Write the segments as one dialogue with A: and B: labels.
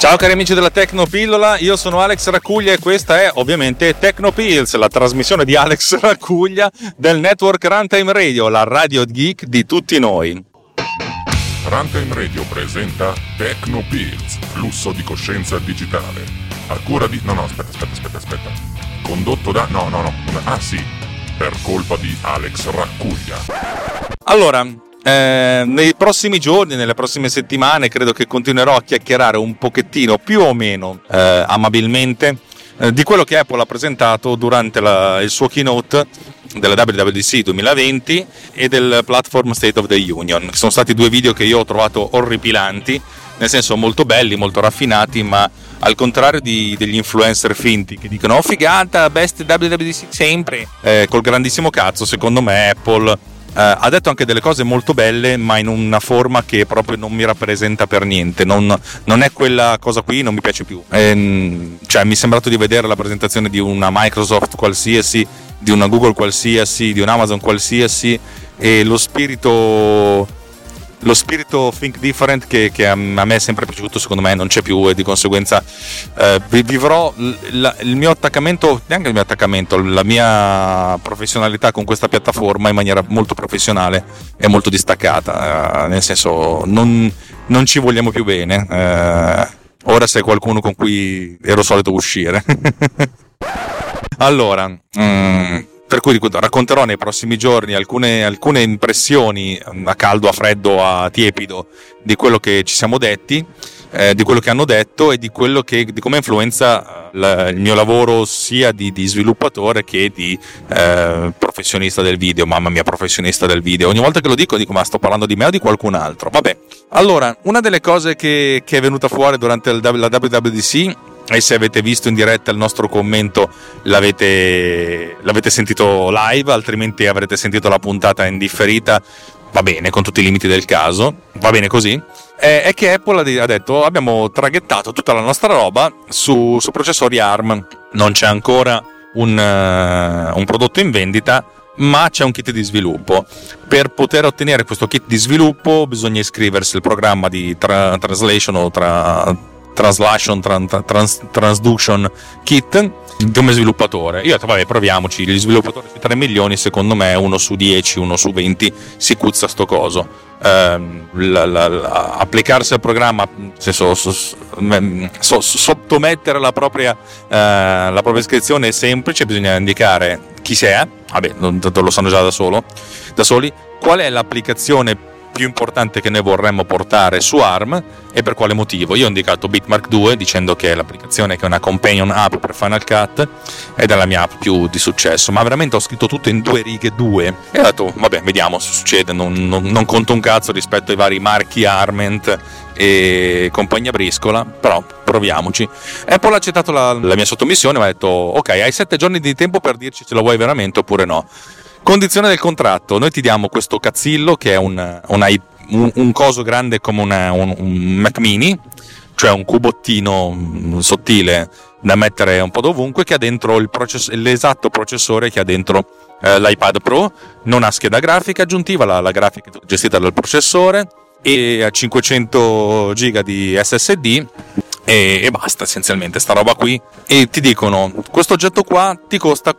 A: Ciao cari amici della Tecnopillola, io sono Alex Raccuglia e questa è ovviamente Tecnopills, la trasmissione di Alex Raccuglia del network Runtime Radio, la radio geek di tutti noi.
B: Runtime Radio presenta Tecnopills, flusso di coscienza digitale. A cura di... Aspetta. Condotto da... per colpa di Alex Raccuglia.
A: Allora... nei prossimi giorni, nelle prossime settimane, credo che continuerò a chiacchierare un pochettino più o meno amabilmente di quello che Apple ha presentato durante il suo keynote della WWDC 2020 e del Platform State of the Union. Sono stati due video che io ho trovato orripilanti, nel senso molto belli, molto raffinati, ma al contrario degli influencer finti che dicono "oh figata, best WWDC sempre", col grandissimo cazzo, secondo me Apple ha detto anche delle cose molto belle, ma in una forma che proprio non mi rappresenta per niente. Non è quella cosa qui, non mi piace più. Cioè, mi è sembrato di vedere la presentazione di una Microsoft qualsiasi, di una Google qualsiasi, di un Amazon qualsiasi, e lo spirito Think Different che a me è sempre piaciuto, secondo me non c'è più, e di conseguenza vivrò il mio attaccamento, neanche il mio attaccamento, la mia professionalità con questa piattaforma in maniera molto professionale e molto distaccata, nel senso non ci vogliamo più bene. Ora sei qualcuno con cui ero solito uscire. Allora, per cui racconterò nei prossimi giorni alcune impressioni a caldo, a freddo, a tiepido di quello che ci siamo detti, di quello che hanno detto e di come influenza il mio lavoro sia di sviluppatore che di professionista del video. Mamma mia, professionista del video, ogni volta che lo dico ma sto parlando di me o di qualcun altro? Vabbè, allora, una delle cose che è venuta fuori durante la WWDC, e se avete visto in diretta il nostro commento l'avete sentito live, altrimenti avrete sentito la puntata in differita, va bene, con tutti i limiti del caso, va bene così, è che Apple ha detto abbiamo traghettato tutta la nostra roba su processori ARM. Non c'è ancora un prodotto in vendita, ma c'è un kit di sviluppo. Per poter ottenere questo kit di sviluppo bisogna iscriversi al programma di translation o Transduction Kit come sviluppatore. Io ho detto vabbè, proviamoci. Gli sviluppatori su 3 milioni, secondo me 1 su 10, 1 su 20 si cuzza sto coso. Applicarsi al programma, sottomettere la propria iscrizione è semplice. Bisogna indicare chi si è, vabbè, lo sanno già da soli, qual è l'applicazione più importante che noi vorremmo portare su ARM e per quale motivo. Io ho indicato Bitmark 2 dicendo che è l'applicazione che è una companion app per Final Cut ed è la mia app più di successo, ma veramente ho scritto tutto in 2 righe e ho detto vabbè, vediamo se succede. Non conto un cazzo rispetto ai vari marchi Arment e compagnia briscola, però proviamoci. Apple ha accettato la mia sottomissione, mi ha detto ok, hai 7 giorni di tempo per dirci se lo vuoi veramente oppure no. Condizione del contratto: noi ti diamo questo cazzillo che è un coso grande come un Mac mini, cioè un cubottino sottile da mettere un po' dovunque, che ha dentro l'esatto processore che ha dentro l'iPad Pro. Non ha scheda grafica aggiuntiva, la grafica è gestita dal processore, e a 500 giga di SSD e basta, essenzialmente sta roba qui. E ti dicono questo oggetto qua ti costa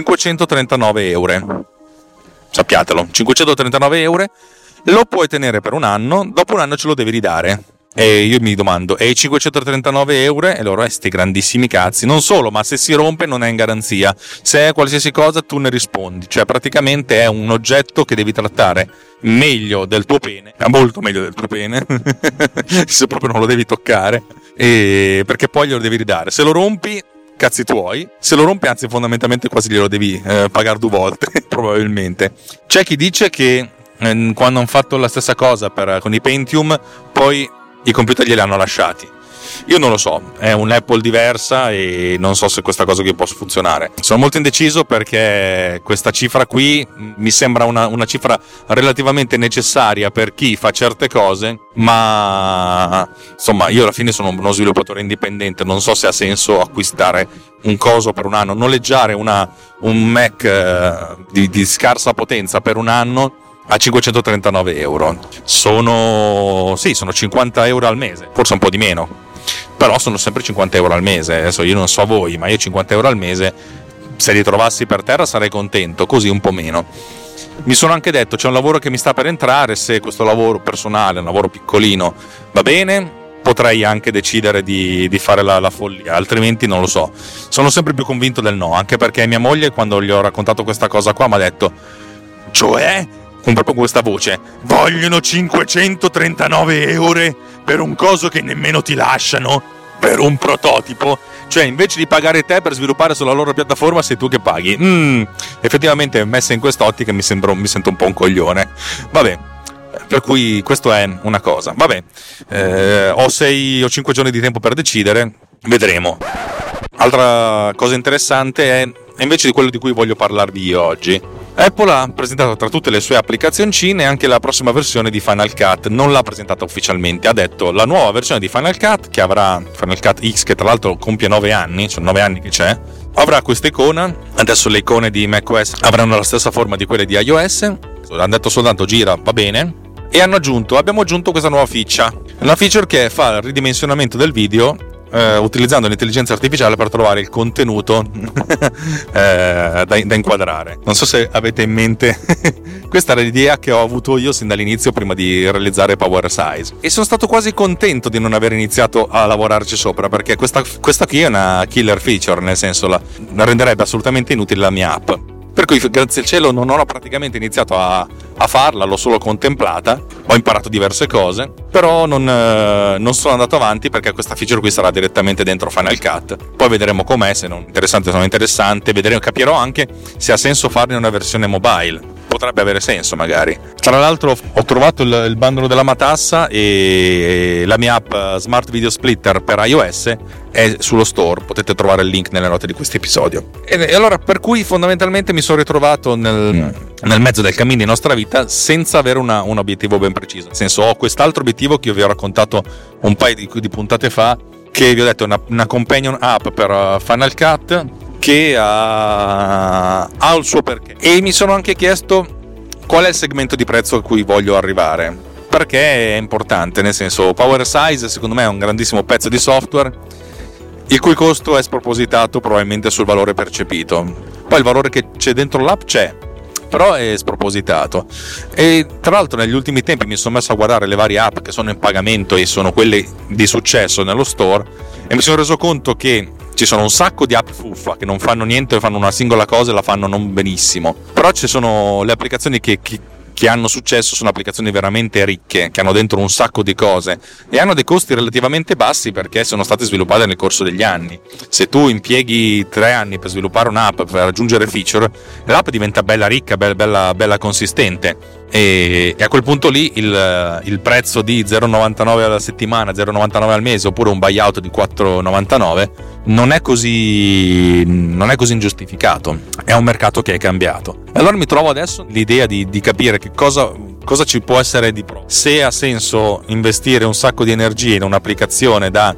A: 539 euro, sappiatelo, 539 euro, lo puoi tenere per un anno, dopo un anno ce lo devi ridare. E io mi domando, e i 539 euro? E loro, sti grandissimi cazzi, non solo, ma se si rompe non è in garanzia, se è qualsiasi cosa tu ne rispondi, cioè praticamente è un oggetto che devi trattare meglio del tuo pene, molto meglio del tuo pene, se proprio non lo devi toccare, perché poi glielo devi ridare. Se lo rompi, cazzi tuoi, se lo rompi, anzi fondamentalmente quasi glielo devi pagare 2 volte probabilmente. C'è chi dice che quando hanno fatto la stessa cosa con i Pentium, poi i computer glieli hanno lasciati. Io non lo so, è un'Apple diversa e non so se questa cosa qui può funzionare. Sono molto indeciso perché questa cifra qui mi sembra una cifra relativamente necessaria per chi fa certe cose, ma insomma io alla fine sono uno sviluppatore indipendente, non so se ha senso acquistare un coso per un anno, noleggiare un Mac di scarsa potenza per un anno a 539 euro. Sono 50 euro al mese, forse un po' di meno. però sono sempre 50 euro al mese. Adesso io non so voi, ma io 50 euro al mese, se li trovassi per terra sarei contento, così un po' meno. Mi sono anche detto, c'è un lavoro che mi sta per entrare, se questo lavoro personale, un lavoro piccolino, va bene, potrei anche decidere di fare la follia, altrimenti non lo so. Sono sempre più convinto del no, anche perché mia moglie, quando gli ho raccontato questa cosa qua, mi ha detto, cioè, con proprio questa voce, vogliono 539 euro per un coso che nemmeno ti lasciano, per un prototipo, cioè invece di pagare te per sviluppare sulla loro piattaforma sei tu che paghi. Effettivamente messa in quest'ottica mi sento un po' un coglione. Vabbè, per cui questo è una cosa. Vabbè, ho 6 o 5 giorni di tempo per decidere, vedremo. Altra cosa interessante è invece di quello di cui voglio parlarvi io oggi. Apple ha presentato tra tutte le sue applicazioncine anche la prossima versione di Final Cut. Non l'ha presentata ufficialmente, ha detto la nuova versione di Final Cut, che avrà Final Cut X, che tra l'altro compie 9 anni, sono 9 anni che c'è, avrà questa icona. Adesso le icone di macOS avranno la stessa forma di quelle di iOS. Hanno detto soltanto gira, va bene. E abbiamo aggiunto questa nuova una feature che fa il ridimensionamento del video utilizzando l'intelligenza artificiale per trovare il contenuto da inquadrare. Non so se avete in mente questa era l'idea che ho avuto io sin dall'inizio, prima di realizzare Power Size, e sono stato quasi contento di non aver iniziato a lavorarci sopra, perché questa qui è una killer feature, nel senso la renderebbe assolutamente inutile la mia app. Per cui grazie al cielo non ho praticamente iniziato a farla, l'ho solo contemplata, ho imparato diverse cose, però non sono andato avanti perché questa feature qui sarà direttamente dentro Final Cut. Poi vedremo com'è, se non interessante, capirò anche se ha senso farne una versione mobile. Potrebbe avere senso magari. Tra l'altro ho trovato il bandolo della matassa e la mia app Smart Video Splitter per iOS è sullo store, potete trovare il link nelle note di questo episodio. E allora, per cui fondamentalmente mi sono ritrovato nel mezzo del cammino di nostra vita senza avere un obiettivo ben preciso. Nel senso, ho quest'altro obiettivo che io vi ho raccontato un paio di puntate fa, che vi ho detto è una companion app per Final Cut che ha il suo perché, e mi sono anche chiesto qual è il segmento di prezzo a cui voglio arrivare, perché è importante, nel senso, Power Size secondo me è un grandissimo pezzo di software il cui costo è spropositato probabilmente sul valore percepito. Poi il valore che c'è dentro l'app c'è, però è spropositato. E tra l'altro negli ultimi tempi mi sono messo a guardare le varie app che sono in pagamento e sono quelle di successo nello store, e mi sono reso conto che ci sono un sacco di app fuffa che non fanno niente, fanno una singola cosa e la fanno non benissimo, però ci sono le applicazioni che hanno successo, sono applicazioni veramente ricche, che hanno dentro un sacco di cose e hanno dei costi relativamente bassi perché sono state sviluppate nel corso degli anni. Se tu impieghi 3 anni per sviluppare un'app, per aggiungere feature, l'app diventa bella ricca, bella consistente, e a quel punto lì il prezzo di 0,99 alla settimana, 0,99 al mese, oppure un buyout di 4,99 non è così ingiustificato. È un mercato che è cambiato. E allora mi trovo adesso l'idea di capire che cosa ci può essere di pro. Se ha senso investire un sacco di energie in un'applicazione da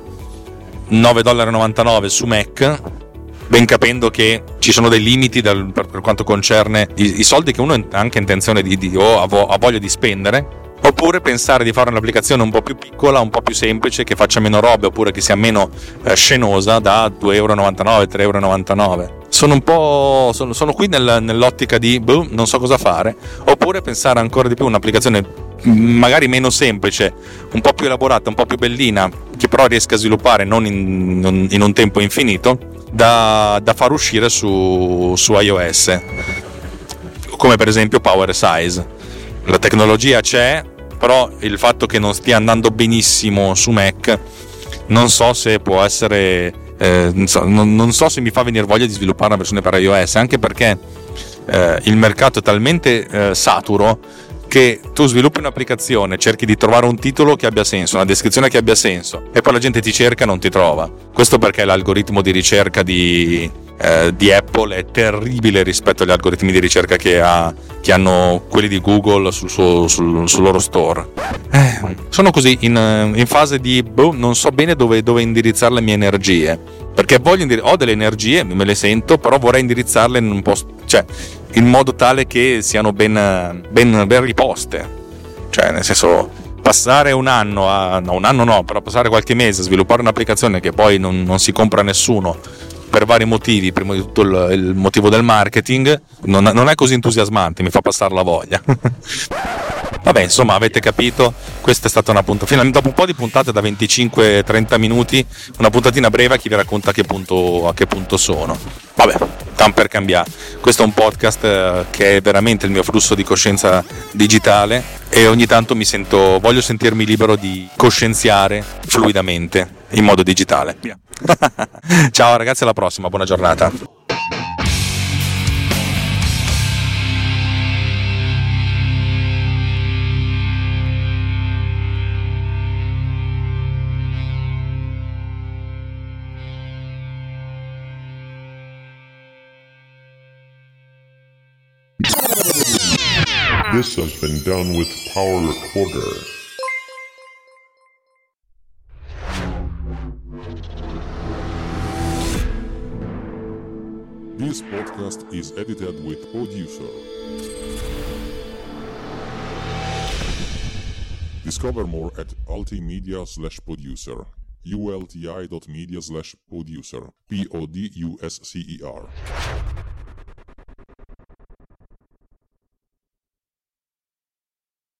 A: $9,99 su Mac, ben capendo che ci sono dei limiti per quanto concerne i soldi che uno ha anche intenzione o ha voglia di spendere, oppure pensare di fare un'applicazione un po' più piccola, un po' più semplice, che faccia meno robe, oppure che sia meno scenosa, da €2,99, €3,99. Sono qui nell'ottica di non so cosa fare, oppure pensare ancora di più un'applicazione magari meno semplice, un po' più elaborata, un po' più bellina, che però riesca a sviluppare non in un tempo infinito, da far uscire su iOS, come per esempio Power Size. La tecnologia c'è, però il fatto che non stia andando benissimo su Mac, non so se può essere non so se mi fa venire voglia di sviluppare una versione per iOS, anche perché il mercato è talmente saturo che tu sviluppi un'applicazione, cerchi di trovare un titolo che abbia senso, una descrizione che abbia senso, e poi la gente ti cerca e non ti trova. Questo perché l'algoritmo di ricerca di Apple è terribile rispetto agli algoritmi di ricerca che hanno quelli di Google sul loro store. Sono così in fase di non so bene dove indirizzare le mie energie, perché ho delle energie, me le sento, però vorrei indirizzarle in un posto, cioè in modo tale che siano ben riposte. Cioè, nel senso, passare un anno no, però passare qualche mese a sviluppare un'applicazione che poi non si compra nessuno per vari motivi, prima di tutto il motivo del marketing, non è così entusiasmante, mi fa passare la voglia. Vabbè, insomma, avete capito, questa è stata una puntata, finalmente dopo un po' di puntate da 25-30 minuti, una puntatina breve a chi vi racconta a che punto sono. Vabbè, tanto per cambiare, questo è un podcast che è veramente il mio flusso di coscienza digitale e ogni tanto voglio sentirmi libero di coscienziare fluidamente in modo digitale. Ciao ragazzi, alla prossima, buona giornata.
B: This has been done with Power Recorder. This podcast is edited with Producer. Discover more at ultimedia/producer. ulti.media/producer. PODUSCER.